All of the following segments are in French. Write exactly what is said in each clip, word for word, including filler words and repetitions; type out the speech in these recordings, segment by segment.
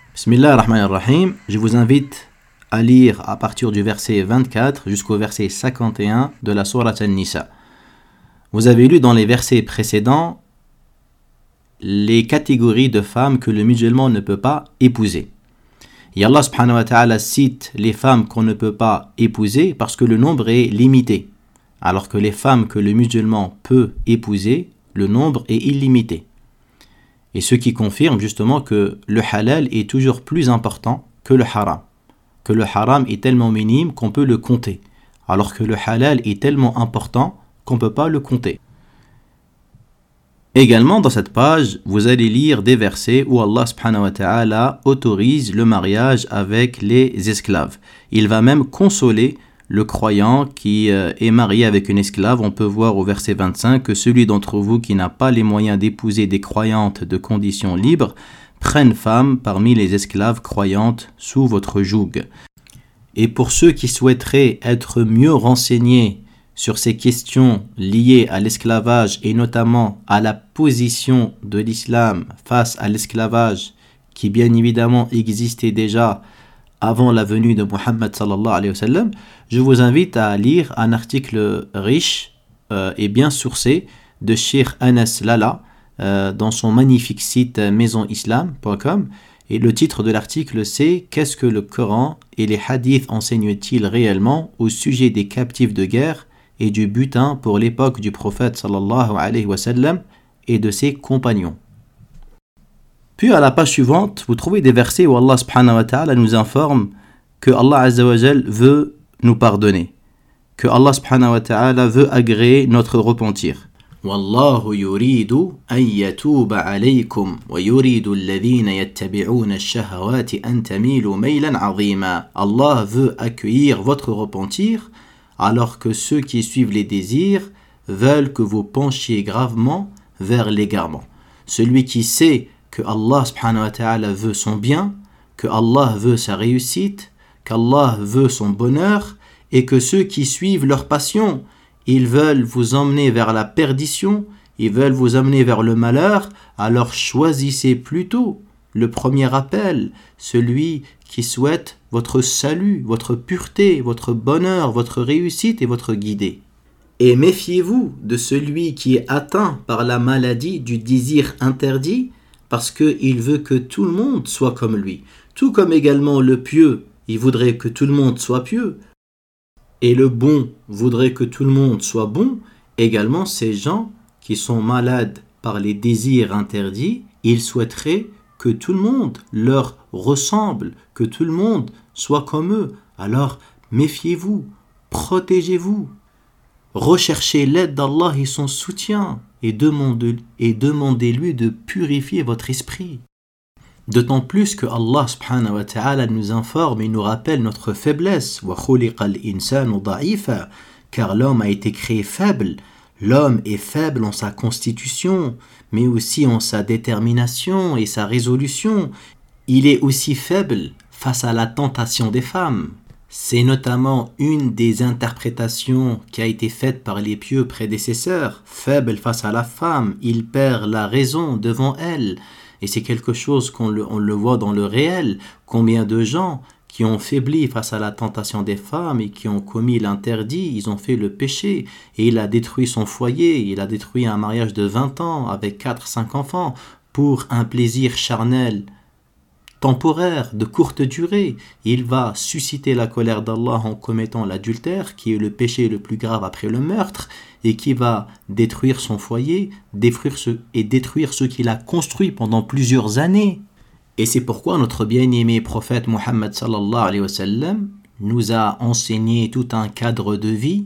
Bismillah ar-Rahman ar-Rahim. Je vous invite à lire à partir du verset vingt-quatre jusqu'au verset cinquante et un de la sourate An-Nisa. Vous avez lu dans les versets précédents les catégories de femmes que le musulman ne peut pas épouser. Et Allah subhanahu wa ta'ala cite les femmes qu'on ne peut pas épouser parce que le nombre est limité, alors que les femmes que le musulman peut épouser, le nombre est illimité. Et ce qui confirme justement que le halal est toujours plus important que le haram. Que le haram est tellement minime qu'on peut le compter, alors que le halal est tellement important qu'on ne peut pas le compter. Également, dans cette page, vous allez lire des versets où Allah subhanahu wa ta'ala autorise le mariage avec les esclaves. Il va même consoler le croyant qui est marié avec une esclave. On peut voir au verset vingt-cinq que celui d'entre vous qui n'a pas les moyens d'épouser des croyantes de conditions libres prenne femme parmi les esclaves croyantes sous votre joug. Et pour ceux qui souhaiteraient être mieux renseignés sur ces questions liées à l'esclavage et notamment à la position de l'islam face à l'esclavage qui bien évidemment existait déjà avant la venue de Muhammad sallallahu alayhi wa sallam, je vous invite à lire un article riche euh, et bien sourcé de Cheikh Anas Lala euh, dans son magnifique site maison islam point com. Et le titre de l'article c'est « Qu'est-ce que le Coran et les hadiths enseignent-ils réellement au sujet des captifs de guerre et du butin pour l'époque du prophète sallallahu alayhi wa sallam et de ses compagnons ?» Puis à la page suivante, vous trouvez des versets où Allah subhanahu wa ta'ala nous informe que Allah azza wa jal veut nous pardonner, que Allah subhanahu wa ta'ala veut agréer notre repentir. Wallahu yuridu an yatuba alaykum wa yuridu alladhina yattabi'una ash-shahawati an tamilu maylan 'azima. Allah veut accueillir votre repentir alors que ceux qui suivent les désirs veulent que vous penchiez gravement vers l'égarement. Celui qui sait que Allah subhanahu wa ta'ala veut son bien, que Allah veut sa réussite, qu'Allah veut son bonheur, et que ceux qui suivent leur passion, ils veulent vous emmener vers la perdition, ils veulent vous emmener vers le malheur, alors choisissez plutôt le premier appel, celui qui souhaite votre salut, votre pureté, votre bonheur, votre réussite et votre guidée. Et méfiez-vous de celui qui est atteint par la maladie du désir interdit, parce qu'il veut que tout le monde soit comme lui. Tout comme également le pieux, il voudrait que tout le monde soit pieux. Et le bon voudrait que tout le monde soit bon. Également, ces gens qui sont malades par les désirs interdits, ils souhaiteraient que tout le monde leur ressemble, que tout le monde soit comme eux. Alors, méfiez-vous, protégez-vous. Recherchez l'aide d'Allah et son soutien et demandez, et demandez-lui de purifier votre esprit. D'autant plus que Allah subhanahu wa ta'ala nous informe et nous rappelle notre faiblesse. Wa khuliqal insanu da'ifa, car l'homme a été créé faible. L'homme est faible en sa constitution, mais aussi en sa détermination et sa résolution. Il est aussi faible face à la tentation des femmes. C'est notamment une des interprétations qui a été faite par les pieux prédécesseurs. Faible face à la femme, il perd la raison devant elle. Et c'est quelque chose qu'on le, on le voit dans le réel. Combien de gens qui ont faibli face à la tentation des femmes et qui ont commis l'interdit, ils ont fait le péché. Et il a détruit son foyer, il a détruit un mariage de vingt ans avec quatre cinq enfants pour un plaisir charnel temporaire, de courte durée. Il va susciter la colère d'Allah en commettant l'adultère, qui est le péché le plus grave après le meurtre, et qui va détruire son foyer, détruire ce, et détruire ce qu'il a construit pendant plusieurs années. Et c'est pourquoi notre bien-aimé prophète Muhammad sallallahu alayhi wa sallam nous a enseigné tout un cadre de vie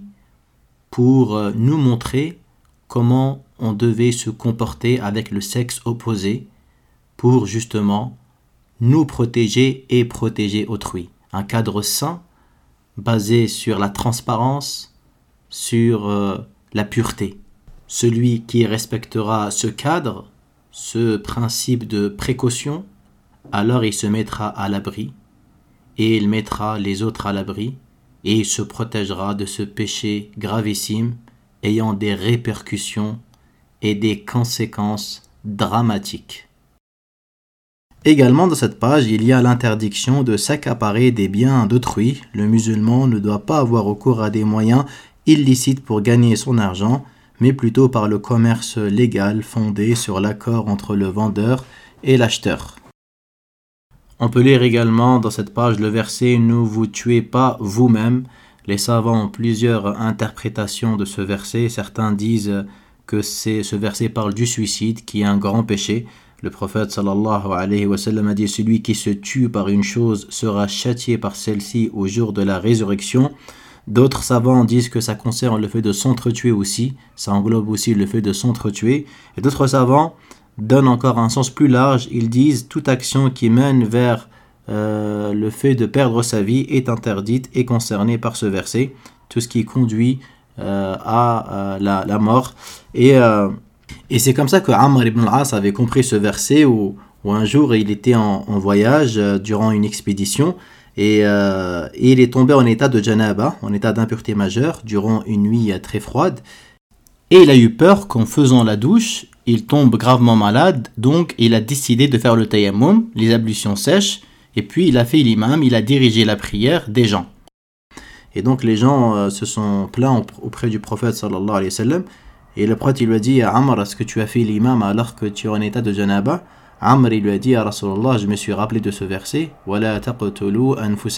pour nous montrer comment on devait se comporter avec le sexe opposé pour justement nous protéger et protéger autrui. Un cadre sain, basé sur la transparence, sur euh, la pureté. Celui qui respectera ce cadre, ce principe de précaution, alors il se mettra à l'abri, et il mettra les autres à l'abri, et il se protégera de ce péché gravissime, ayant des répercussions et des conséquences dramatiques. Également dans cette page, il y a l'interdiction de s'accaparer des biens d'autrui. Le musulman ne doit pas avoir recours à des moyens illicites pour gagner son argent, mais plutôt par le commerce légal fondé sur l'accord entre le vendeur et l'acheteur. On peut lire également dans cette page le verset « Ne vous tuez pas vous-même ». Les savants ont plusieurs interprétations de ce verset. Certains disent que c'est, ce verset parle du suicide, qui est un grand péché. Le prophète sallallahu alayhi wa sallam a dit « Celui qui se tue par une chose sera châtié par celle-ci au jour de la résurrection ». D'autres savants disent que ça concerne le fait de s'entretuer aussi. Ça englobe aussi le fait de s'entretuer. Et d'autres savants donnent encore un sens plus large. Ils disent « Toute action qui mène vers euh, le fait de perdre sa vie est interdite et concernée par ce verset. Tout ce qui conduit euh, à euh, la, la mort. » Et... Euh, Et c'est comme ça que Amr ibn al-As avait compris ce verset où, où un jour il était en, en voyage euh, durant une expédition et, euh, et il est tombé en état de janaba, en état d'impureté majeure, durant une nuit très froide. Et il a eu peur qu'en faisant la douche, il tombe gravement malade, donc il a décidé de faire le tayammum, les ablutions sèches, et puis il a fait l'imam, il a dirigé la prière des gens. Et donc les gens euh, se sont plaints auprès du prophète sallallahu alayhi wa sallam. Et le prophète il lui a dit « Amr, est-ce que tu as fait l'imam alors que tu es en état de janaba ?» Amr il lui a dit « Ya Rasulallah, je me suis rappelé de ce verset « Wala taqtulu anfusakum »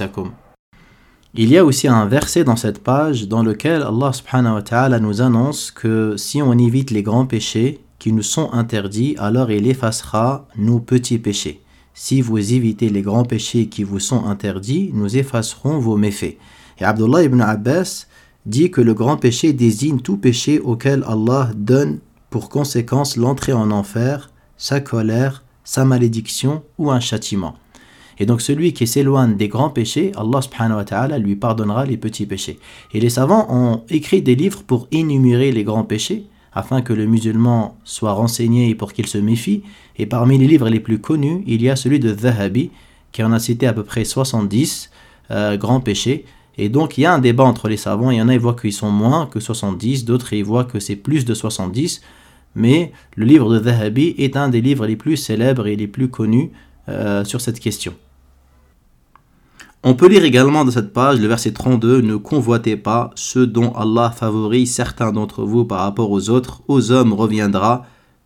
Il y a aussi un verset dans cette page dans lequel Allah subhanahu wa ta'ala nous annonce que si on évite les grands péchés qui nous sont interdits, alors il effacera nos petits péchés. Si vous évitez les grands péchés qui vous sont interdits, nous effacerons vos méfaits. Et Abdullah ibn Abbas dit que le grand péché désigne tout péché auquel Allah donne pour conséquence l'entrée en enfer, sa colère, sa malédiction ou un châtiment. Et donc celui qui s'éloigne des grands péchés, Allah subhanahu wa ta'ala lui pardonnera les petits péchés. Et les savants ont écrit des livres pour énumérer les grands péchés, afin que le musulman soit renseigné et pour qu'il se méfie. Et parmi les livres les plus connus, il y a celui de Dhahabi, qui en a cité à peu près soixante-dix euh, grands péchés. Et donc il y a un débat entre les savants, il y en a qui voient qu'ils sont moins que soixante-dix, d'autres ils voient que c'est plus de soixante-dix, mais le livre de Dhahabi est un des livres les plus célèbres et les plus connus euh, sur cette question. On peut lire également dans cette page le verset trente-deux « Ne convoitez pas ceux dont Allah favorise certains d'entre vous par rapport aux autres, aux hommes reviendra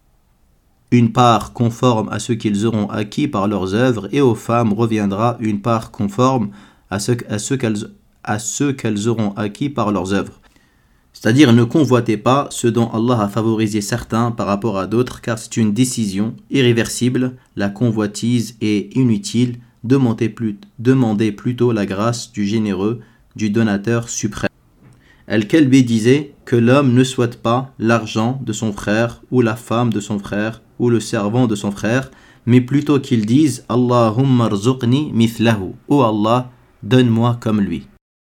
une part conforme à ce qu'ils auront acquis par leurs œuvres, et aux femmes reviendra une part conforme à ce, à ce qu'elles à ceux qu'elles auront acquis par leurs œuvres. » C'est-à-dire, ne convoitez pas ceux dont Allah a favorisé certains par rapport à d'autres, car c'est une décision irréversible. La convoitise est inutile. Demandez, plus, demandez plutôt la grâce du généreux, du donateur suprême. Al-Kalbi disait que l'homme ne souhaite pas l'argent de son frère, ou la femme de son frère, ou le servant de son frère, mais plutôt qu'il dise « Allahumma rzuqni mithlahu » « Oh Allah, donne-moi comme lui ».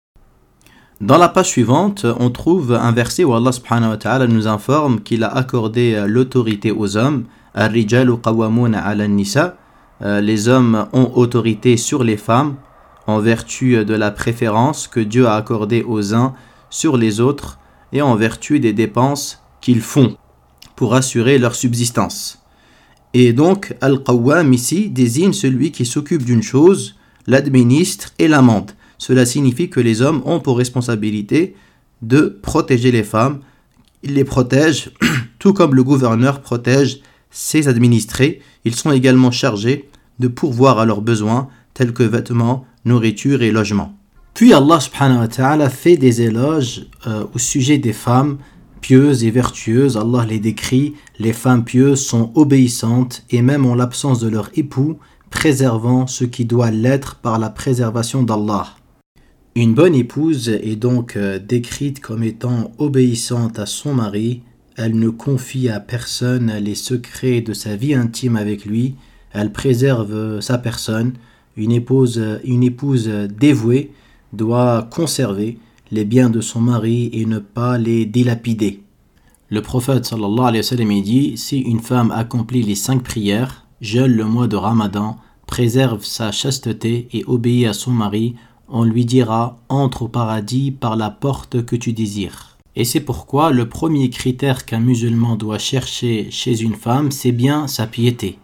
Dans la page suivante, on trouve un verset où Allah subhanahu wa ta'ala nous informe qu'il a accordé l'autorité aux hommes. Ar-rijalu qawwamuna 'ala an-nisa. Les hommes ont autorité sur les femmes en vertu de la préférence que Dieu a accordée aux uns sur les autres et en vertu des dépenses qu'ils font pour assurer leur subsistance. Et donc, Al-Qawwam ici désigne celui qui s'occupe d'une chose, l'administre et l'amende. Cela signifie que les hommes ont pour responsabilité de protéger les femmes. Ils les protègent, tout comme le gouverneur protège ses administrés. Ils sont également chargés de pourvoir à leurs besoins, tels que vêtements, nourriture et logement. Puis Allah subhanahu wa ta'ala fait des éloges euh, au sujet des femmes pieuses et vertueuses. Allah les décrit, les femmes pieuses sont obéissantes et même en l'absence de leur époux, préservant ce qui doit l'être par la préservation d'Allah. Une bonne épouse est donc décrite comme étant obéissante à son mari. Elle ne confie à personne les secrets de sa vie intime avec lui. Elle préserve sa personne. Une épouse, une épouse dévouée doit conserver les biens de son mari et ne pas les dilapider. Le prophète sallallahu alayhi wa sallam dit « Si une femme accomplit les cinq prières, jeûne le mois de Ramadan, préserve sa chasteté et obéit à son mari, on lui dira « Entre au paradis par la porte que tu désires ». Et c'est pourquoi le premier critère qu'un musulman doit chercher chez une femme, c'est bien sa piété.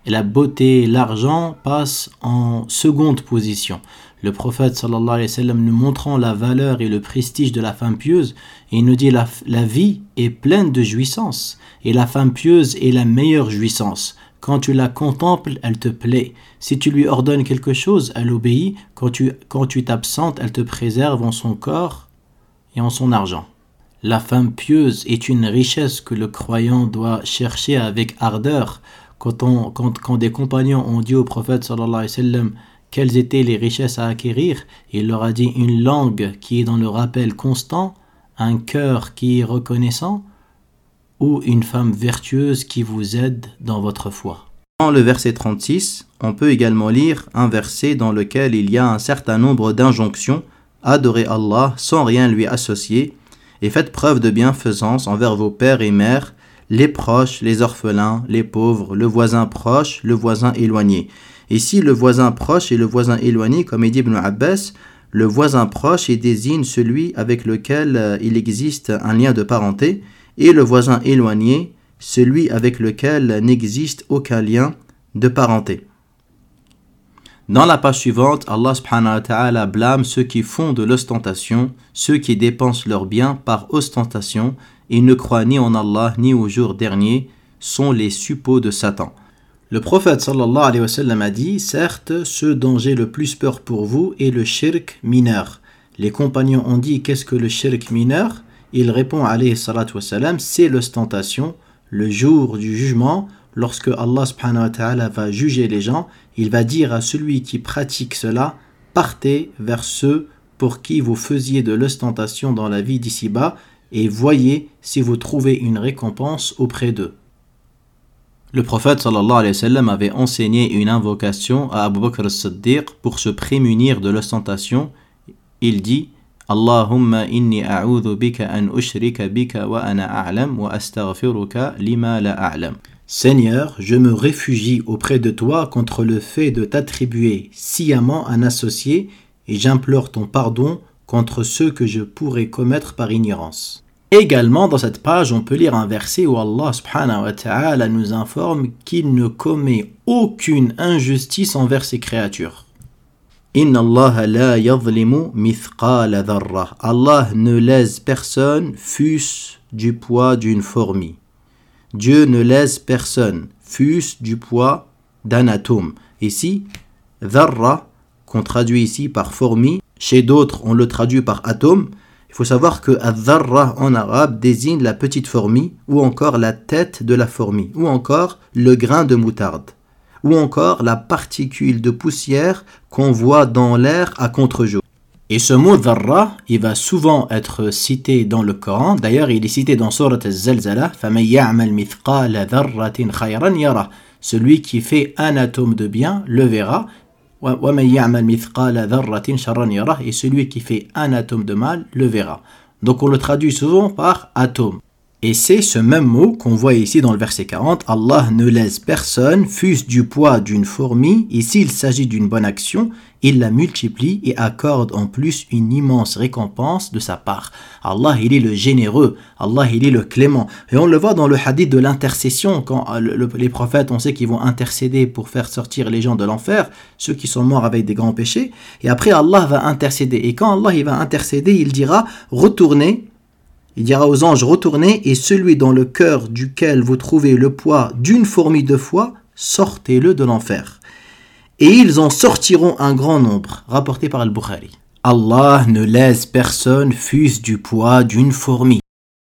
et la beauté, l'argent passent en seconde position. Le prophète sallallahu alayhi wa sallam nous montrant la valeur et le prestige de la femme pieuse, et il nous dit la, la vie est pleine de jouissance et la femme pieuse est la meilleure jouissance. Quand tu la contemples, elle te plaît. Si tu lui ordonnes quelque chose, elle obéit. Quand tu, quand tu t'absentes, elle te préserve en son corps et en son argent. La femme pieuse est une richesse que le croyant doit chercher avec ardeur. Quand, on, quand, quand des compagnons ont dit au prophète sallallahu alayhi wa sallam quelles étaient les richesses à acquérir, il leur a dit une langue qui est dans le rappel constant, un cœur qui est reconnaissant, ou une femme vertueuse qui vous aide dans votre foi. Dans le verset trente-six, on peut également lire un verset dans lequel il y a un certain nombre d'injonctions. Adorez Allah sans rien lui associer et faites preuve de bienfaisance envers vos pères et mères, les proches, les orphelins, les pauvres, le voisin proche, le voisin éloigné. Ici, le voisin proche et le voisin éloigné, comme dit Ibn Abbas, le voisin proche il désigne celui avec lequel euh, il existe un lien de parenté, et le voisin éloigné, celui avec lequel n'existe aucun lien de parenté. Dans la page suivante, Allah subhanahu wa ta'ala blâme ceux qui font de l'ostentation, ceux qui dépensent leurs biens par ostentation et ne croient ni en Allah ni au jour dernier, sont les suppôts de Satan. Le prophète sallallahu alayhi wa sallam a dit, certes, ce dont j'ai le plus peur pour vous est le shirk mineur. Les compagnons ont dit, qu'est-ce que le shirk mineur? Il répond alayhi salatu wa salam, c'est l'ostentation, le jour du jugement, lorsque Allah subhanahu wa ta'ala va juger les gens, il va dire à celui qui pratique cela, partez vers ceux pour qui vous faisiez de l'ostentation dans la vie d'ici-bas et voyez si vous trouvez une récompense auprès d'eux. Le prophète sallallahu alayhi wa sallam avait enseigné une invocation à Abu Bakr as-Siddiq pour se prémunir de l'ostentation. Il dit Allahumma inni a'udhu bika an ushrika bika wa ana a'lam wa astaghfiruka lima la a'lam. Seigneur, je me réfugie auprès de toi contre le fait de t'attribuer sciemment un associé et j'implore ton pardon contre ceux que je pourrais commettre par ignorance. Également, dans cette page, on peut lire un verset où Allah subhanahu wa ta'ala nous informe qu'il ne commet aucune injustice envers ses créatures. Inna Allah la yadhlimu mithqala dharra. Allah ne lèse personne, fût-ce du poids d'une fourmi. Dieu ne lèse personne, fût-ce du poids d'un atome. Ici, dharra, qu'on traduit ici par fourmi, chez d'autres on le traduit par atome. Il faut savoir que ad-dharra en arabe désigne la petite fourmi, ou encore la tête de la fourmi, ou encore le grain de moutarde, ou encore la particule de poussière qu'on voit dans l'air à contre-jour. Et ce mot dharra, il va souvent être cité dans le Coran. D'ailleurs, il est cité dans Surat al-Zalzala, فَمَنْ يَعْمَلْ مِثْقَالَ ذَرَّةٍ خَيْرًا يَرَهُ. Celui qui fait un atome de bien le verra. وَمَنْ يَعْمَلْ مِثْقَالَ ذَرَّةٍ شَرًّا يَرَهُ. Et celui qui fait un atome de mal le verra. Donc on le traduit souvent par atome. Et c'est ce même mot qu'on voit ici dans le verset quarante. Allah ne lèse personne, fût-ce du poids d'une fourmi, et s'il s'agit d'une bonne action, il la multiplie et accorde en plus une immense récompense de sa part. Allah, il est le généreux. Allah, il est le clément. Et on le voit dans le hadith de l'intercession, quand le, le, les prophètes, on sait qu'ils vont intercéder pour faire sortir les gens de l'enfer, ceux qui sont morts avec des grands péchés. Et après, Allah va intercéder. Et quand Allah il va intercéder, il dira « Retournez ». Il dira aux anges, retournez, et celui dans le cœur duquel vous trouvez le poids d'une fourmi de foi, sortez-le de l'enfer. Et ils en sortiront un grand nombre, rapporté par Al-Bukhari. Allah ne lèse personne, fût-ce du poids d'une fourmi.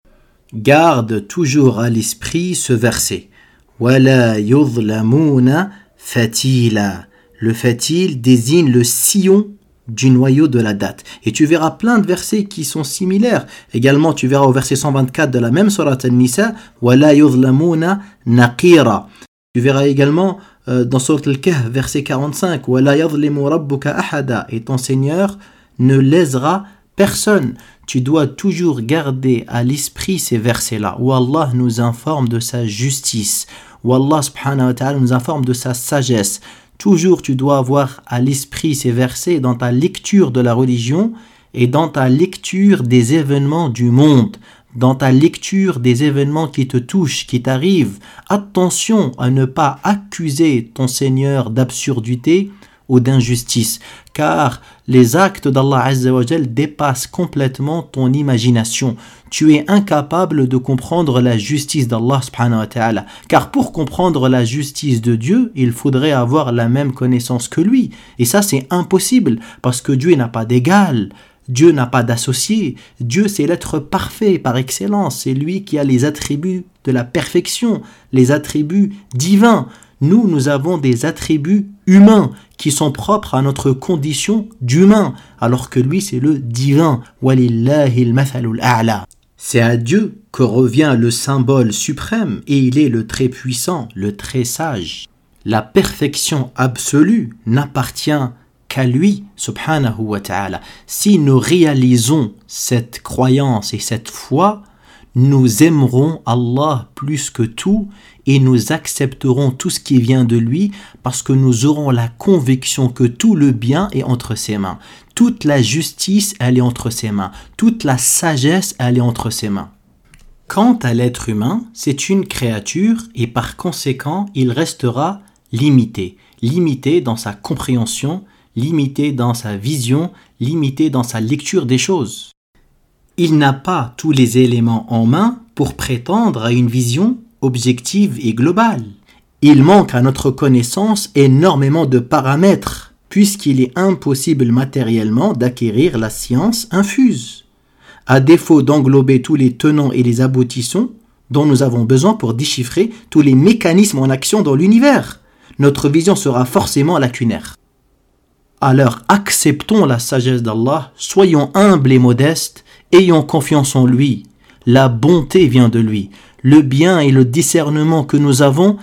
Garde toujours à l'esprit ce verset. Wala yudlamuna fatila. Le fatil désigne le sillon du noyau de la date. Et tu verras plein de versets qui sont similaires. Également, tu verras au verset cent vingt-quatre de la même sourate An-Nisa, وَلَا يُظْلَمُونَ نَقِيرًا. Tu verras également euh, dans sourate Al-Kahf, verset quarante-cinq, وَلَا يَظْلِمُ رَبُّكَ أَحَدًا. Et ton Seigneur ne lésera personne. Tu dois toujours garder à l'esprit ces versets-là, où Allah nous informe de sa justice, où Allah subhanahu wa ta'ala nous informe de sa sagesse. Toujours, tu dois avoir à l'esprit ces versets dans ta lecture de la religion et dans ta lecture des événements du monde. dans ta lecture des événements qui te touchent, qui t'arrivent. Attention à ne pas accuser ton Seigneur d'absurdité ou d'injustice, car les actes d'Allah Azza wa Jal dépassent complètement ton imagination. Tu es incapable de comprendre la justice d'Allah subhanahu wa ta'ala, car pour comprendre la justice de Dieu, il faudrait avoir la même connaissance que lui, et ça c'est impossible, parce que Dieu n'a pas d'égal, Dieu n'a pas d'associé, Dieu c'est l'être parfait par excellence, c'est lui qui a les attributs de la perfection, les attributs divins. Nous, nous avons des attributs humains qui sont propres à notre condition d'humain, alors que lui, c'est le divin. Walillahil mathalul a'la. C'est à Dieu que revient le symbole suprême et il est le très puissant, le très sage. La perfection absolue n'appartient qu'à lui, subhanahu wa ta'ala. Si nous réalisons cette croyance et cette foi, nous aimerons Allah plus que tout et nous accepterons tout ce qui vient de lui parce que nous aurons la conviction que tout le bien est entre ses mains. Toute la justice, elle est entre ses mains. Toute la sagesse, elle est entre ses mains. Quant à l'être humain, c'est une créature et par conséquent, il restera limité. Limité dans sa compréhension, limité dans sa vision, limité dans sa lecture des choses. Il n'a pas tous les éléments en main pour prétendre à une vision objective et globale. Il manque à notre connaissance énormément de paramètres, puisqu'il est impossible matériellement d'acquérir la science infuse. À défaut d'englober tous les tenants et les aboutissants dont nous avons besoin pour déchiffrer tous les mécanismes en action dans l'univers, notre vision sera forcément lacunaire. Alors acceptons la sagesse d'Allah, soyons humbles et modestes, ayons confiance en lui. La bonté vient de lui. Le bien et le discernement que nous avons,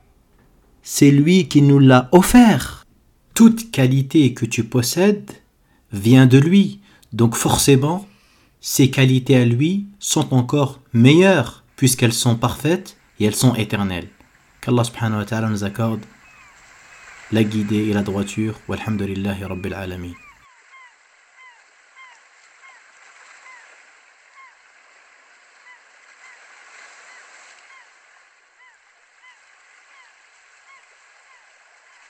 c'est lui qui nous l'a offert. Toute qualité que tu possèdes vient de lui. Donc forcément, ces qualités à lui sont encore meilleures puisqu'elles sont parfaites et elles sont éternelles. Qu'Allah subhanahu wa ta'ala nous accorde la guidée et la droiture. Walhamdulillahi rabbil alamin.